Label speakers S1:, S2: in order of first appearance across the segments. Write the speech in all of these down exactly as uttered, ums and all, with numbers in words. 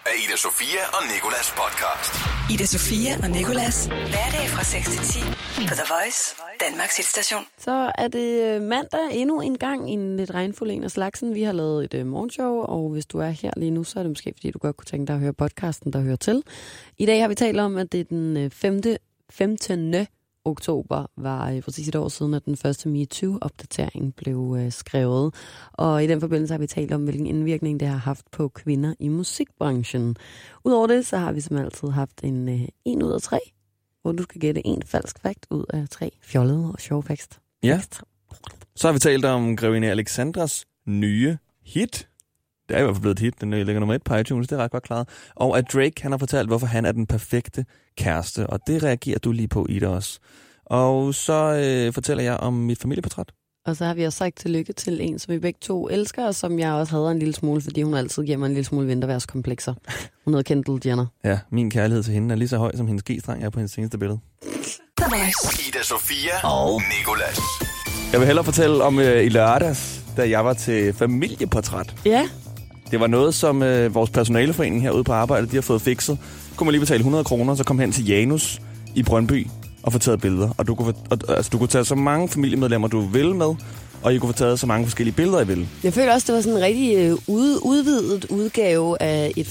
S1: af Ida Sofia og Nicolas podcast.
S2: Ida Sofia og Nicolas. Hverdag fra seks til ti på The Voice, Danmarks hitstation.
S3: Så er det mandag endnu en gang i en lidt regnfuld en af slagsen. Vi har lavet et uh, morgenshow, og hvis du er her lige nu, så er det måske, fordi du godt kunne tænke dig at høre podcasten, der hører til. I dag har vi talt om, at det er den femte femtende oktober, var uh, præcis et år siden, at den første MeToo-opdatering blev uh, skrevet. Og i den forbindelse har vi talt om, hvilken indvirkning det har haft på kvinder i musikbranchen. Udover det, så har vi som altid haft en uh, en ud af tre, hvor du skal gætte en falsk fakt ud af tre fjollede og sjove facts.
S4: Ja. Så har vi talt om Grevinde Alexandras nye hit. Det er i hvert fald blevet et hit. Den ligger nummer et på iTunes, det er ret godt klaret. Og at Drake, han har fortalt, hvorfor han er den perfekte kæreste. Og det reagerer du lige på, Ida, også. Og så øh, fortæller jeg om mit familieportræt.
S3: Og så har vi også sagt tillykke til en, som vi begge to elsker, og som jeg også havde en lille smule, fordi hun altid giver mig en lille smule vinterværskomplekser. Hun hedder Kendall Jenner.
S4: Ja, min kærlighed til hende er lige så høj, som hendes G-streng er på hendes seneste billede.
S1: Ida Sofia og Nicolas.
S4: Jeg vil hellere fortælle om øh, i lørdags, da jeg var til familieportræt.
S3: Ja. Det
S4: var noget, som øh, vores personaleforening herude på arbejde, de har fået fikset. Kunne man lige betale hundrede kroner, så kom hen til Janus i Brøndby og få taget billeder. Og du kunne, og, altså, du kunne tage så mange familiemedlemmer, du ville med, og I kunne få taget så mange forskellige billeder, I ville.
S3: Jeg føler også, det var sådan en rigtig øh, ud, udvidet udgave af et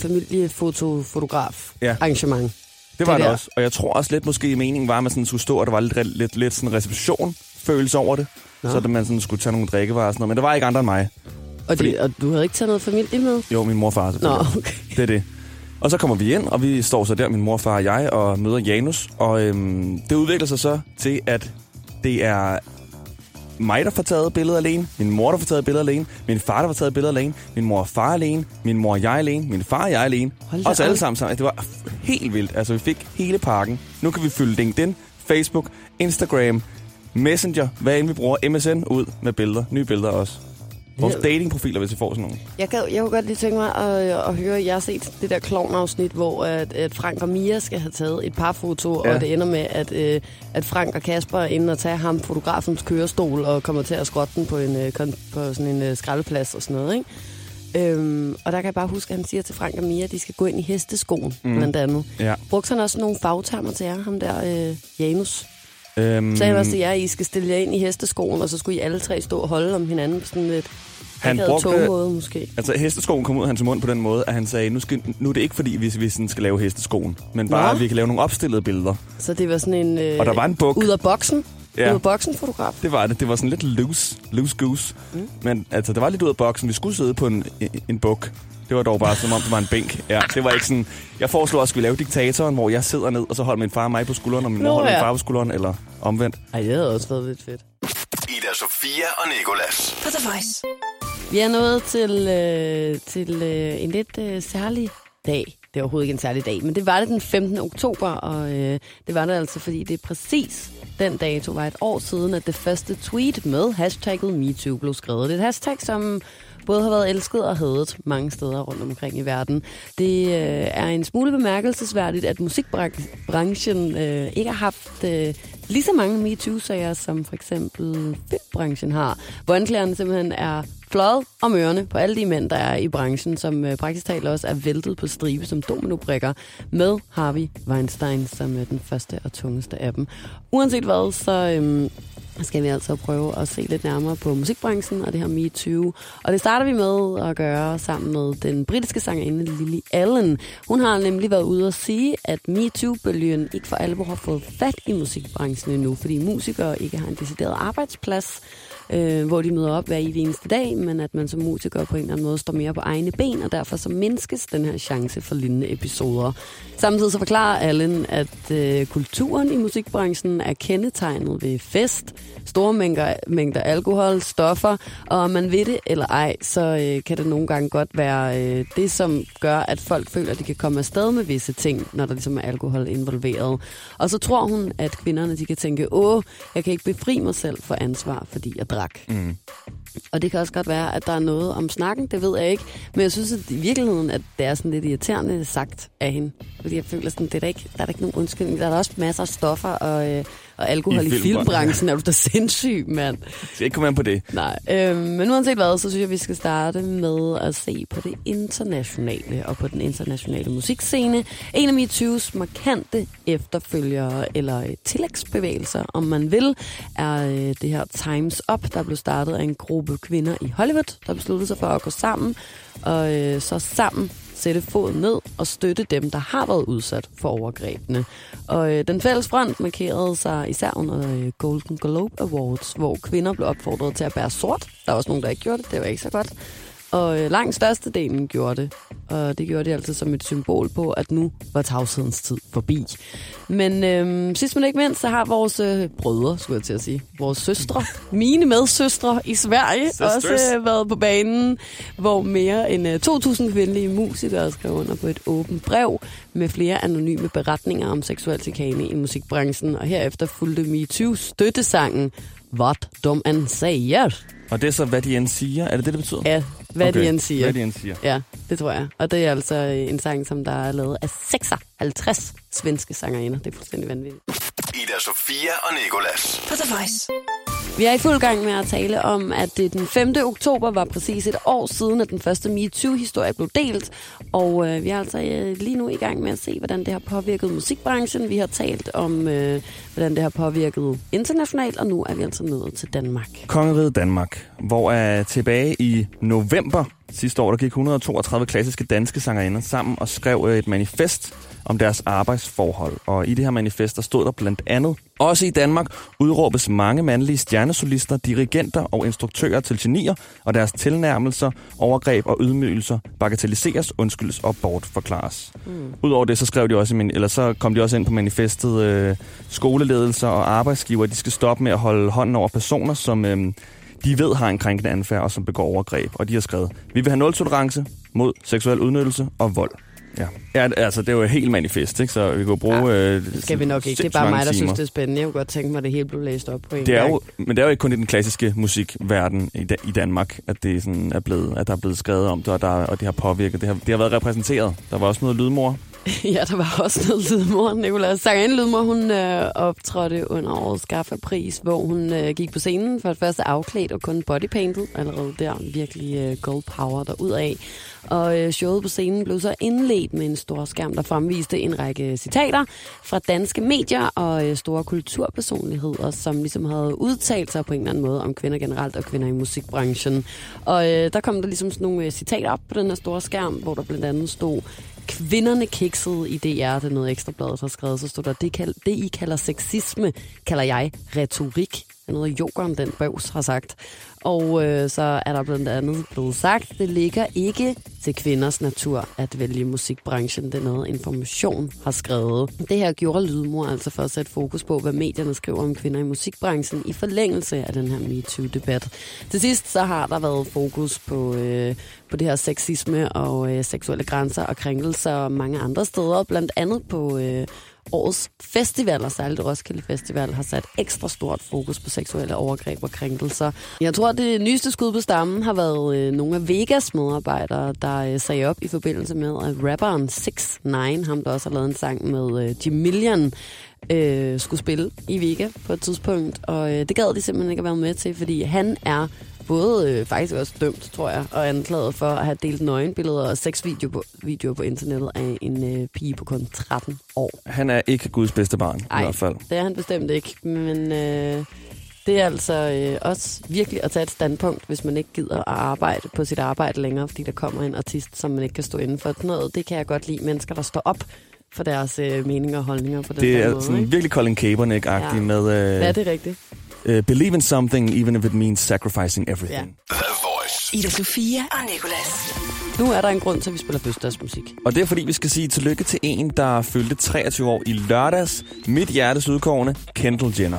S3: familiefotofotograf-arrangement.
S4: Ja. Det var det,
S3: det
S4: det også. Og jeg tror også lidt måske, meningen var, at man sådan skulle stå, og der var lidt, lidt, lidt sådan reception-følelse over det. Nå. Så at man sådan skulle tage nogle drikkevarer og sådan noget. Men der var ikke andre end mig.
S3: Og, det, og du havde ikke taget noget familie med?
S4: Jo, min mor og far.
S3: Nå, okay.
S4: Det er det. Og så kommer vi ind, og vi står så der, min mor, far og jeg, og møder Janus. Og øhm, det udvikler sig så til, at det er mig, der får taget billeder alene. Min mor, der får taget billeder alene. Min far, der får taget billeder alene. Min mor og far alene. Min mor og jeg alene. Min far og jeg alene. Og så alle sammen sammen. Det var helt vildt. Altså, vi fik hele pakken. Nu kan vi fylde LinkedIn, Facebook, Instagram, Messenger, hvad end vi bruger, M S N ud med billeder. Nye billeder også. Vores datingprofiler, hvis vi får sådan nogle.
S3: Jeg kan, jeg kunne godt lige tænke mig at, at høre, jeg har set det der klovnafsnit, hvor at, at Frank og Mia skal have taget et parfoto, ja. Og det ender med, at, at Frank og Kasper er inde og tager ham fotografens kørestol og kommer til at skrotte den på, en, på sådan en skraldeplads og sådan noget, ikke? Øhm, og der kan jeg bare huske, at han siger til Frank og Mia, at de skal gå ind i hesteskoen, mm. blandt andet. Ja. Brugte han også nogle fagtermer til jer, ham der øh, Janus? Øhm, så jeg også til jer, at I skal stille jer ind i hesteskoen, og så skulle I alle tre stå og holde om hinanden på sådan lidt
S4: han brugte,
S3: togmåde, måske.
S4: Altså hesteskoen kom ud af hans mund på den måde, at han sagde, nu, skal, nu er det ikke fordi, vi, vi sådan skal lave hesteskoen, men bare, Nå. At vi kan lave nogle opstillede billeder.
S3: Så det var sådan en, øh,
S4: og der var en buk.
S3: Ud af boksen?
S4: Ja.
S3: Ud af boksen fotograf?
S4: Det var det. Det var sådan lidt loose, loose goose. Mm. Men altså, det var lidt ud af boksen. Vi skulle sidde på en, en, en buk. Det var dog bare som om, det var en bænk. Ja, det var ikke sådan. Jeg foreslog også, at vi lave diktatoren, hvor jeg sidder ned, og så holder min far mig på skulderen, og min mor holder ja. min far på skulderen, eller omvendt.
S3: Ej, det havde også været lidt fedt.
S1: Ida Sofia og Nicolas.
S2: På The Voice.
S3: Vi er nået til, øh, til øh, en lidt øh, særlig dag. Det er overhovedet ikke en særlig dag, men det var det den femtende oktober, og øh, det var det altså, fordi det er præcis den dato var et år siden, at det første tweet med hashtagget MeToo blev skrevet. Det er et hashtag, som både har været elsket og hadet mange steder rundt omkring i verden. Det øh, er en smule bemærkelsesværdigt, at musikbranchen øh, ikke har haft øh, lige så mange MeToo-sager, som for eksempel filmbranchen har, hvor anklagerne simpelthen er fløjet om ørerne på alle de mænd, der er i branchen, som øh, praktisk talt også er væltet på stribe som dominobrikker, med Harvey Weinstein som øh, den første og tungeste af dem. Uanset hvad, så øh, skal vi altså prøve at se lidt nærmere på musikbranchen og det her MeToo. Og det starter vi med at gøre sammen med den britiske sangerinde Lily Allen. Hun har nemlig været ude at sige, at MeToo-bølgen ikke for alvor har fået fat i musikbranchen endnu, fordi musikere ikke har en decideret arbejdsplads, øh, hvor de møder op hver evig eneste dag, men at man som musiker på en eller anden måde står mere på egne ben, og derfor så mindskes den her chance for lignende episoder. Samtidig så forklarer Allen, at øh, kulturen i musikbranchen er kendetegnet ved fest, store mængder, mængder alkohol, stoffer, og om man ved det eller ej, så øh, kan det nogle gange godt være øh, det, som gør, at folk føler, at de kan komme afsted med visse ting, når der ligesom er alkohol involveret. Og så tror hun, at kvinderne de kan tænke, åh, jeg kan ikke befri mig selv for ansvar, fordi jeg drak. Mm. Og det kan også godt være, at der er noget om snakken, det ved jeg ikke. Men jeg synes at i virkeligheden, at det er sådan lidt irriterende sagt af hende. Fordi jeg føler sådan, det er der, ikke, der er der ikke nogen undskyldning. Der er der også masser af stoffer og, øh, Og alkohol i,
S4: I
S3: i filmbranchen, er du da sindssyg, mand.
S4: Jeg skal ikke komme an på det.
S3: Nej, øh, men uanset hvad, så synes jeg, vi skal starte med at se på det internationale og på den internationale musikscene. En af MeToo's markante efterfølgere, eller tillægsbevægelser, om man vil, er øh, det her Time's Up, der blev startet af en gruppe kvinder i Hollywood, der besluttede sig for at gå sammen, og øh, så sammen sætte foden ned og støtte dem, der har været udsat for overgrebene. Og øh, den fælles front markerede sig især under øh, Golden Globe Awards, hvor kvinder blev opfordret til at bære sort. Der var også nogen, der ikke gjorde det. Det var ikke så godt. Og øh, langt størstedelen gjorde det. Og det gjorde de altid som et symbol på, at nu var tavshedens tid forbi. Men øh, sidst men ikke mindst, så har vores øh, brødre, skulle jeg til at sige, vores søstre, mine medsøstre i Sverige, Sisters. også øh, været på banen, hvor mere end øh, to tusind kvindelige musikere skrev under på et åbent brev med flere anonyme beretninger om seksuel chikane i musikbranchen. Og herefter fulgte MeToo støttesangen Vad de än säger.
S4: Og det er så, hvad de end siger? Er det det, det betyder?
S3: Ja, hvad okay. de end siger.
S4: Hvad de end siger.
S3: Ja, det tror jeg. Og det er altså en sang, som der er lavet af seksoghalvtreds svenske sangerinder. Det er fuldstændig vanvittigt.
S1: Ida Sofia og Nicolas.
S2: På The Voice.
S3: Vi er i fuld gang med at tale om, at det den femte oktober var præcis et år siden, at den første MeToo-historie blev delt. Og øh, vi er altså øh, lige nu i gang med at se, hvordan det har påvirket musikbranchen. Vi har talt om, øh, hvordan det har påvirket internationalt, og nu er vi altså nået til Danmark.
S4: Kongeriget Danmark, hvor er tilbage i november sidste år, der gik et hundrede og toogtredive klassiske danske sangerinder sammen og skrev et manifest om deres arbejdsforhold. Og i det her manifest, der stod der blandt andet: også i Danmark udråbes mange mandlige stjernesolister, dirigenter og instruktører til genier, og deres tilnærmelser, overgreb og ydmygelser bagatelliseres, undskyldes og bortforklares. Mm. Udover det, så skrev de også, eller så kom de også ind på manifestet, øh, skoleledelser og arbejdsgiver, de skal stoppe med at holde hånden over personer, som øh, de ved har en krænkende adfærd og som begår overgreb. Og de har skrevet: vi vil have nul tolerance mod seksuel udnyttelse og vold. Ja. ja, altså det er jo et helt manifest, ikke? Så vi kan bruge... Ja,
S3: øh, det skal vi nok ikke. Det er bare mig, der timer. synes, det er spændende. Jeg kunne godt tænke mig, at det hele blev læst op på en
S4: det er
S3: gang.
S4: Jo, men det er jo ikke kun i den klassiske musikverden i, da, i Danmark, at det sådan er blevet, at der er blevet skrevet om det, og, der, og det har påvirket. Det har, det har været repræsenteret. Der var også noget lydmor.
S3: Ja, der var også noget lydmor. Nicolas sangerinde lydmor, hun øh, optrådte under årets Gaffa-pris, hvor hun øh, gik på scenen for det første afklædt og kun bodypainted. Allerede der virkelig øh, gold power derudad. Og øh, showet på scenen blev så indledt med en stor skærm, der fremviste en række citater fra danske medier og øh, store kulturpersonligheder, som ligesom havde udtalt sig på en eller anden måde om kvinder generelt og kvinder i musikbranchen. Og øh, der kom der ligesom sådan nogle øh, citater op på den her store skærm, hvor der blandt andet stod: kvinderne kiksede i D R, det er noget Ekstrabladet har skrevet, så stod der: det, kald, det I kalder sexisme, kalder jeg retorik. Det er noget, Jokeren, den bøvs, har sagt. Og øh, så er der blandt andet blevet sagt: det ligger ikke til kvinders natur at vælge musikbranchen. Det er noget, Information har skrevet. Det her gjorde lydmor altså for at sætte fokus på, hvad medierne skriver om kvinder i musikbranchen i forlængelse af den her MeToo-debat. Til sidst så har der været fokus på, øh, på det her sexisme og øh, seksuelle grænser og krænkelser mange andre steder, blandt andet på... Øh, Årets festivaler, særligt Roskilde Festival, har sat ekstra stort fokus på seksuelle overgreb og krænkelser. Jeg tror, at det nyeste skud på stammen har været øh, nogle af Vegas medarbejdere, der øh, sagde op i forbindelse med, at rapperen six nine, ham der også har lavet en sang med øh, Jamilian, øh, skulle spille i Vega på et tidspunkt. Og øh, det gad de simpelthen ikke at være med til, fordi han er både øh, faktisk også dømt, tror jeg, og anklaget for at have delt nøgenbilleder og sexvideoer på, videoer på internettet af en øh, pige på kun tretten år.
S4: Han er ikke Guds bedste barn, Ej, i hvert fald.
S3: det er han bestemt ikke, men øh, det er altså øh, også virkelig at tage et standpunkt, hvis man ikke gider at arbejde på sit arbejde længere, fordi der kommer en artist, som man ikke kan stå inden for. Noget, det kan jeg godt lide, mennesker, der står op for deres øh, meninger og holdninger på den
S4: det
S3: der måde.
S4: Det er sådan
S3: ikke?
S4: virkelig Colin Kaepernick-agtigt ja. med... Øh,
S3: ja, det er rigtigt.
S4: Uh, believe in something, even if it means sacrificing everything.
S1: Ja. The Voice.
S2: Ida Sofia og Nicolas.
S3: Nu er der en grund til, at vi spiller fødselsdagsmusik.
S4: Og det er fordi, vi skal sige tillykke til en, der fyldte treogtyve år i lørdags. Mit hjertes udkårne, Kendall Jenner.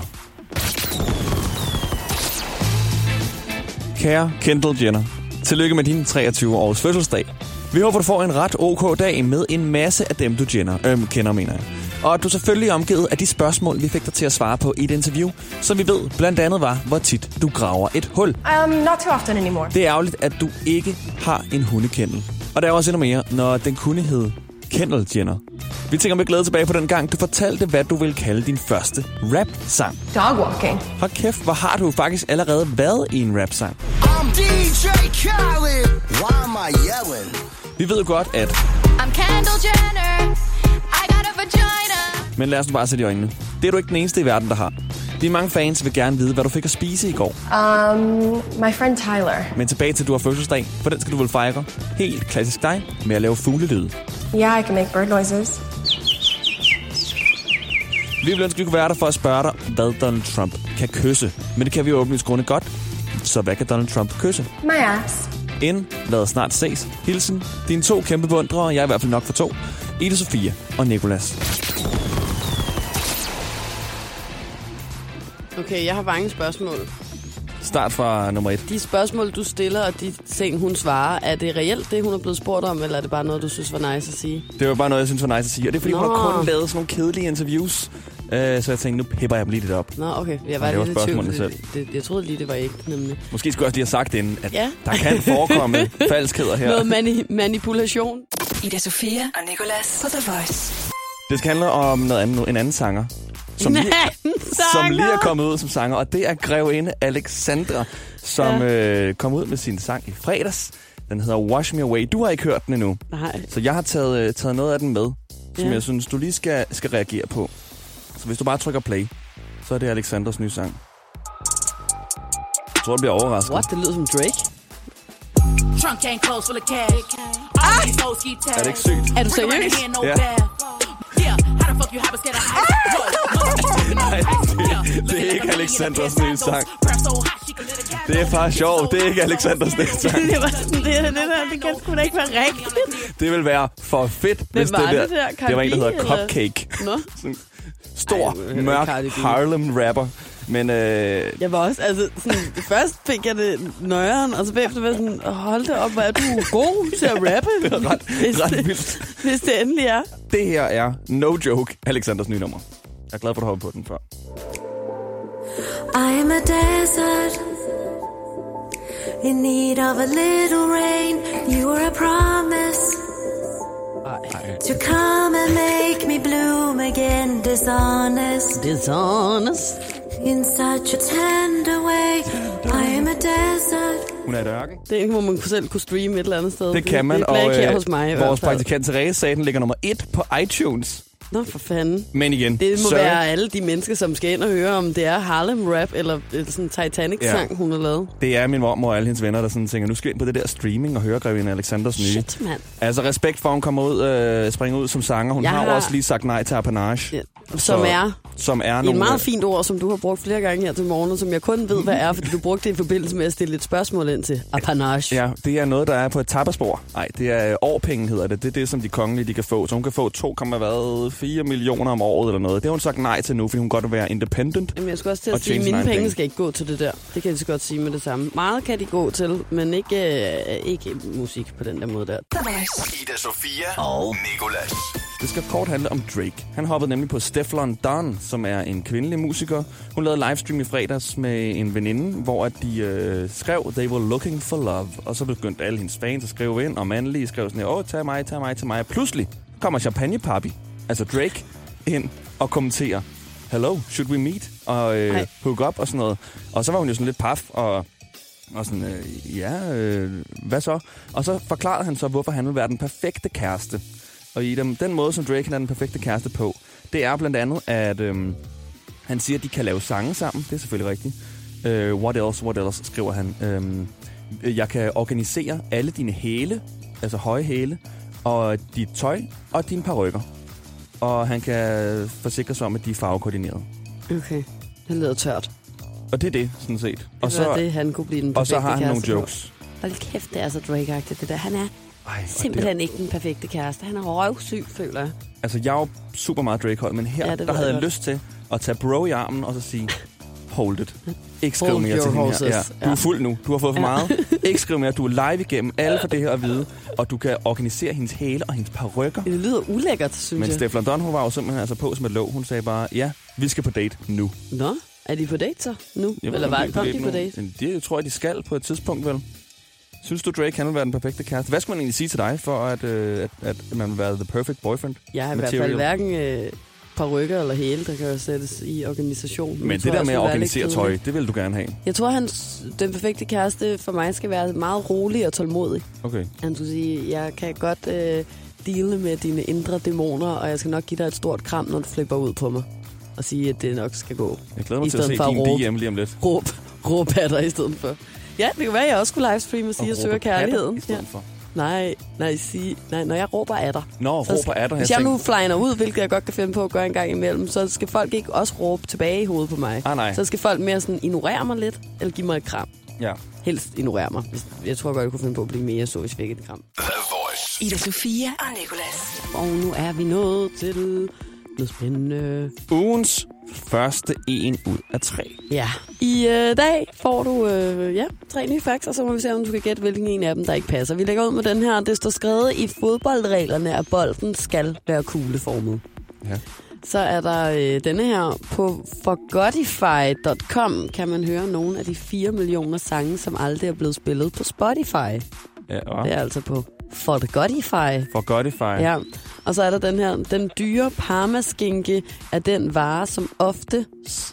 S4: Kære Kendall Jenner, tillykke med din treogtyve års fødselsdag. Vi håber, du får en ret ok dag med en masse af dem, du Jenner, øhm, kender, mener jeg. Og at du selvfølgelig er omgivet af de spørgsmål, vi fik dig til at svare på i et interview, som vi ved blandt andet var, hvor tit du graver et hul.
S5: Um, not too often anymore.
S4: Det er ærgerligt, at du ikke har en hundekendel. Og der er også endnu mere, når den kunne hedde Kendall Jenner. Vi tænker med glæde tilbage på den gang, du fortalte, hvad du ville kalde din første rap-sang.
S5: Dog walking.
S4: Hold kæft, hvor har du faktisk allerede været i en rap-sang.
S6: I'm D J Khaled. Why am I yelling?
S4: Vi ved jo godt, at...
S7: I'm Kendall Jenner. I got a vagina.
S4: Men lad os nu bare sætte i øjnene. Det er du ikke den eneste i verden, der har. De mange fans vil gerne vide, hvad du fik at spise i går.
S5: Um, my friend Tyler.
S4: Men tilbage til, at du har fødselsdag, for den skal du vel fejre. Helt klassisk dig med at lave fuglelyde.
S5: Yeah, I can make bird noises.
S4: Vi vil ønske, at vi kunne være der for at spørge dig, hvad Donald Trump kan kysse. Men det kan vi jo åbenlyst grunde godt. Så hvad kan Donald Trump kysse?
S5: My ass.
S4: Inden lad snart ses. Hilsen, dine to kæmpe beundrere, jeg er i hvert fald nok for to. Ida Sofia og Nicolas.
S3: Okay, jeg har mange spørgsmål.
S4: Start fra nummer et.
S3: De spørgsmål, du stiller, og de ting, hun svarer, er det reelt, det hun er blevet spurgt om, eller er det bare noget, du synes var nice at sige?
S4: Det var bare noget, jeg synes var nice at sige. Og det er, fordi
S3: Nå.
S4: hun har kun lavet sådan nogle kedelige interviews. Uh, så jeg tænkte, nu pepper jeg dem lige lidt op.
S3: Nå, okay. Jeg var
S4: det var
S3: lidt i tvivl.
S4: spørgsmålene selv.
S3: Det, det, jeg troede lige, det var ægte, nemlig.
S4: Måske skulle jeg også lige have sagt inden, at
S3: Ja.
S4: der kan forekomme falskheder her.
S3: Noget mani- manipulation.
S2: Ida Sofia og Nicolas på The Voice.
S4: Det skal handle om noget andet nu. En anden sanger. Som
S3: En
S4: lige,
S3: anden
S4: som
S3: sanger?
S4: lige er kommet ud som sanger. Og det er grevinde Alexandra, som ja. øh, kom ud med sin sang i fredags. Den hedder Wash Me Away. Du har ikke hørt den endnu.
S3: Nej.
S4: Så jeg har taget, øh, taget noget af den med, som
S3: Ja.
S4: jeg synes, du lige skal, skal reagere på. Så hvis du bare trykker play, så er det Alexandras nye sang. Jeg tror, du bliver overrasket.
S3: What? Det lyder som Drake.
S8: Trunk ain't close full of cash. All these hoes keep tags.
S4: Er det ikke sygt?
S3: Er du seriøs?
S4: Ja.
S8: Yeah, how the fuck you have a scared of ice?
S4: Nej, det, det er ikke Alexandras nye sang. Det er faktisk sjovt. Det er ikke Alexandras nye sang.
S3: Det var sådan, det, det, der, det kan sgu da ikke være rigtigt.
S4: Det vil være for fedt, hvis
S3: var
S4: det
S3: det
S4: der...
S3: der? Cardi
S4: Det var en, der
S3: B,
S4: hedder
S3: eller?
S4: Cupcake.
S3: Nå.
S4: Sådan stor,
S3: Ej, det var
S4: mørk
S3: Cardi B.
S4: Harlem-rapper. Men øh,
S3: Jeg var også, altså, sådan, først fik jeg det nøjeren, og så bagefter var jeg sådan, hold da op, hvor er du god til at rappe.
S4: det var ret,
S3: hvis,
S4: ret
S3: det,
S4: vildt.
S3: hvis det endelig er.
S4: Det her er, no joke, Alexanders nye nummer. Jeg er glad for, at du hopper på den før.
S9: I am a desert in need of a little rain. You were a promise to come and make me bloom again. Dishonest
S3: Dishonest.
S9: in such a tender way. I am a desert.
S4: Hun er et ørken.
S3: Det er ikke, hvor man selv kunne streame et eller andet sted.
S4: Det kan man,
S3: det, det
S4: og
S3: bliver ikke her
S4: øh,
S3: hos mig, i
S4: vores
S3: hvert fald.
S4: praktikant Therese sagde, at den ligger nummer et på iTunes.
S3: Nå, for fanden.
S4: Men igen,
S3: Det må
S4: sorry.
S3: være alle de mennesker, som skal ind og høre, om det er Harlem Rap eller øh, sådan en Titanic-sang,
S4: Ja.
S3: hun har lavet.
S4: Det er min mormor og alle hendes venner, der sådan tænker, nu skal vi ind på det der streaming og høre grevinde Alexanders nye.
S3: Shit, mand.
S4: Altså respekt for, at hun kommer ud, øh, springer ud som sanger. Hun
S3: Jeg
S4: har jo
S3: har-
S4: også lige sagt nej til Apanage.
S3: Ja. Som er
S4: Som er
S3: et
S4: nogle...
S3: meget fint ord, som du har brugt flere gange her til morgen, som jeg kun ved, hvad er, fordi du brugte det i forbindelse med at stille et spørgsmål ind til. Apanage.
S4: Ja, det er noget, der er på et tapperspor. Nej, det er årpenge, hedder det. Det er det, som de kongelige de kan få. Så hun kan få to komma fire millioner om året eller noget. Det har hun sagt nej til nu, fordi hun godt vil være independent.
S3: Jamen, jeg skulle også til
S4: Og
S3: at sige,
S4: tjene
S3: at
S4: sine
S3: mine
S4: egne
S3: penge
S4: penge.
S3: skal ikke gå til det der. Det kan jeg så godt sige med det samme. Meget kan de gå til, men ikke, øh, ikke musik på den der måde der.
S2: The Voice.
S1: Ida Sofia og Nicolas.
S4: Det skal kort handle om Drake. Han hoppede nemlig på Stefflon Don, som er en kvindelig musiker. Hun lavede livestream i fredags med en veninde, hvor at de øh, skrev, they were looking for love. Og så begyndte alle hendes fans at skrive ind, og mandlige skrev sådan her, åh, tag mig, tag mig, tag mig. Pludselig kommer Champagne Papi, altså Drake, ind og kommenterer, hello, should we meet? Og øh, hook up og sådan noget. Og så var hun jo sådan lidt paf, og Og sådan, øh, ja, øh, hvad så? Og så forklarede han så, hvorfor han vil være den perfekte kæreste. Og i dem, den måde, som Drake er den perfekte kæreste på, det er blandt andet, at øh, han siger, at de kan lave sange sammen. Det er selvfølgelig rigtigt. Øh, what else, what else, skriver han. Øh, jeg kan organisere alle dine hæle, altså høje hæle, og dit tøj og dine parrykker. Og han kan forsikre sig om, at de er farvekoordineret.
S3: Okay, det lyder tørt.
S4: Og det er det, sådan set.
S3: Det
S4: Og
S3: så,
S4: så,
S3: det, han kunne blive den perfekte
S4: og så har han nogle
S3: kæreste på.
S4: jokes.
S3: Hold kæft, det er så Drake-agtigt, det der. Han er
S4: Ej, og
S3: simpelthen ikke den perfekte kæreste. Han er røvsyg, føler jeg.
S4: Altså, jeg er jo super meget Drake-hold, men her
S3: Ja,
S4: ja,
S3: det
S4: der
S3: ved
S4: havde
S3: jeg
S4: jeg
S3: godt.
S4: lyst til at tage bro i armen og så sige, hold it. Ikke skriv
S3: Hold
S4: mere
S3: your
S4: til hende her.
S3: horses.
S4: Ja. Du
S3: Ja.
S4: er fuld nu. Du har fået for
S3: Ja.
S4: meget. Ikke skriv mere. Du er live igennem. Alle for det her at vide. Og du kan organisere hendes hæle og hendes parrykker.
S3: Det lyder ulækkert, synes
S4: Men
S3: jeg.
S4: Stefflon Don, hun var jo simpelthen altså på som et låg. Hun sagde bare, ja, vi skal på date nu.
S3: Nå, er de på date så nu?
S4: Jeg ved,
S3: Eller
S4: om
S3: var
S4: de er
S3: det, kom de på
S4: nu.
S3: date?
S4: Men Det jeg tror jeg, de skal på et tidspunkt, vel? Synes du, Drake kan være den perfekte kæreste? Hvad skulle man egentlig sige til dig, for at, øh, at, at man vil være the perfect boyfriend?
S3: Jeg har i hvert fald hverken øh, parykker eller hæle, der kan jo sættes i organisation.
S4: Men det der med at organisere tøj, det vil du gerne have?
S3: Jeg tror, han den perfekte kæreste for mig skal være meget rolig og tålmodig.
S4: Okay.
S3: Han skulle sige, jeg kan godt øh, deale med dine indre dæmoner, og jeg skal nok give dig et stort kram, når du flipper ud på mig. Og sige, at det nok skal gå.
S4: Jeg glæder mig til at se din D M lige om lidt.
S3: Råb, råb af dig i stedet for. Ja, det kan være, at jeg også skulle livestreame og sige, at jeg søger kærligheden. Ja. Nej, nej, sige, nej, når jeg råber af dig.
S4: Nå,
S3: så
S4: råber af dig.
S3: Hvis jeg nu flyner ud, hvilket jeg godt kan finde på at gøre en gang imellem, så skal folk ikke også råbe tilbage i hovedet på mig.
S4: Ah, nej.
S3: Så skal folk mere sådan ignorere mig lidt, eller give mig et kram.
S4: Ja.
S3: Helst ignorere mig. Jeg tror godt, jeg kunne finde på at blive mere så, hvis jeg fik et kram.
S1: The Voice.
S2: Ida Sofia og Nicolas.
S3: Og nu er vi nået til noget spændende.
S4: Ugens første en ud af tre.
S3: Ja. I øh, dag får du øh, ja, tre nye facts, og så må vi se, om du kan gætte, hvilken en af dem, der ikke passer. Vi lægger ud med den her. Det står skrevet i fodboldreglerne, at bolden skal være kugleformet.
S4: Ja.
S3: Så er der øh, denne her. På forgotify punktum com kan man høre nogle af de fire millioner sange, som aldrig er blevet spillet på Spotify.
S4: Ja,
S3: det er altså på Forgotify.
S4: Forgotify.
S3: Ja. Og så er der den her. Den dyre parmaskinke er den vare, som ofte,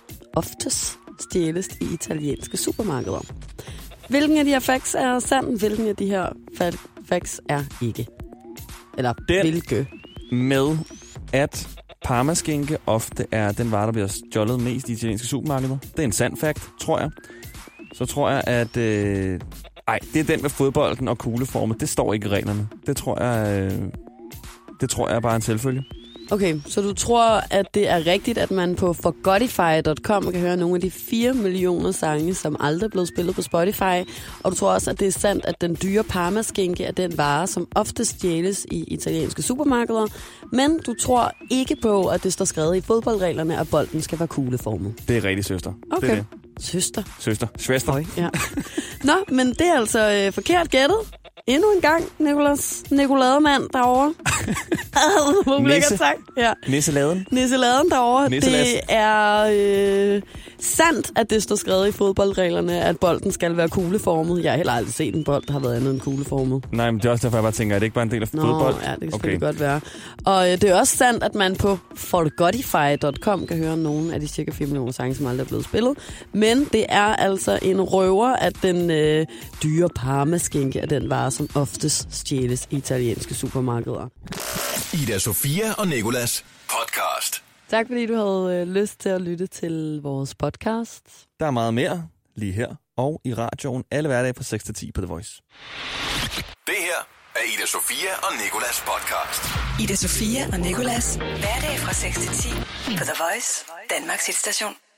S3: oftest stjæles i italienske supermarkeder. Hvilken af de her facts er sand? Hvilken af de her facts er ikke? Eller
S4: den
S3: hvilke?
S4: Med at parmaskinke ofte er den vare, der bliver stjålet mest i italienske supermarkeder. Det er en sand fact, tror jeg. Så tror jeg, at... Øh, ej, det er den med fodbolden og kugleformet. Det står ikke i reglerne. Det tror jeg... Øh, det tror jeg er bare en selvfølge.
S3: Okay, så du tror, at det er rigtigt, at man på forgotify punktum com kan høre nogle af de fire millioner sange, som aldrig er blevet spillet på Spotify. Og du tror også, at det er sandt, at den dyre parmaskinke er den vare, som ofte stjæles i italienske supermarkeder. Men du tror ikke på, at det står skrevet i fodboldreglerne, at bolden skal være kugleformet.
S4: Det er rigtigt, søster.
S3: Okay.
S4: Det er det.
S3: Søster.
S4: Søster. Svester.
S3: Øj, ja. Nå, men det er altså øh, forkert gættet. Endnu en gang, Nicolas. Nicolademand derovre. Hvor lækkert sagt. Ja.
S4: Nisseladen.
S3: Nisseladen derovre.
S4: Nisselas.
S3: Det er øh, sandt, at det står skrevet i fodboldreglerne, at bolden skal være kugleformet. Jeg har heller aldrig set en bold, der har været andet end kugleformet.
S4: Nej, men det er også derfor, jeg bare tænker, at det ikke bare en del af
S3: Nå,
S4: fodbold.
S3: Ja, det kan
S4: okay.
S3: selvfølgelig godt være. Og øh, det er også sandt, at man på forgotify punktum com kan høre nogle af de cirka fire millioner sange, som aldrig er blevet spillet. Men det er altså en røver, at den øh, dyre parmaskinke er den vare, som oftest stjæles i italienske supermarkeder.
S1: Ida Sofia og Nicolas podcast.
S3: Tak fordi du havde øh, lyst til at lytte til vores podcast.
S4: Der er meget mere lige her og i radioen alle hverdage fra seks til ti på The Voice.
S1: Det her er Ida Sofia og Nicolas podcast.
S2: Ida Sofia og Nicolas. Hverdag fra seks til ti på The Voice, Danmarks hitstation.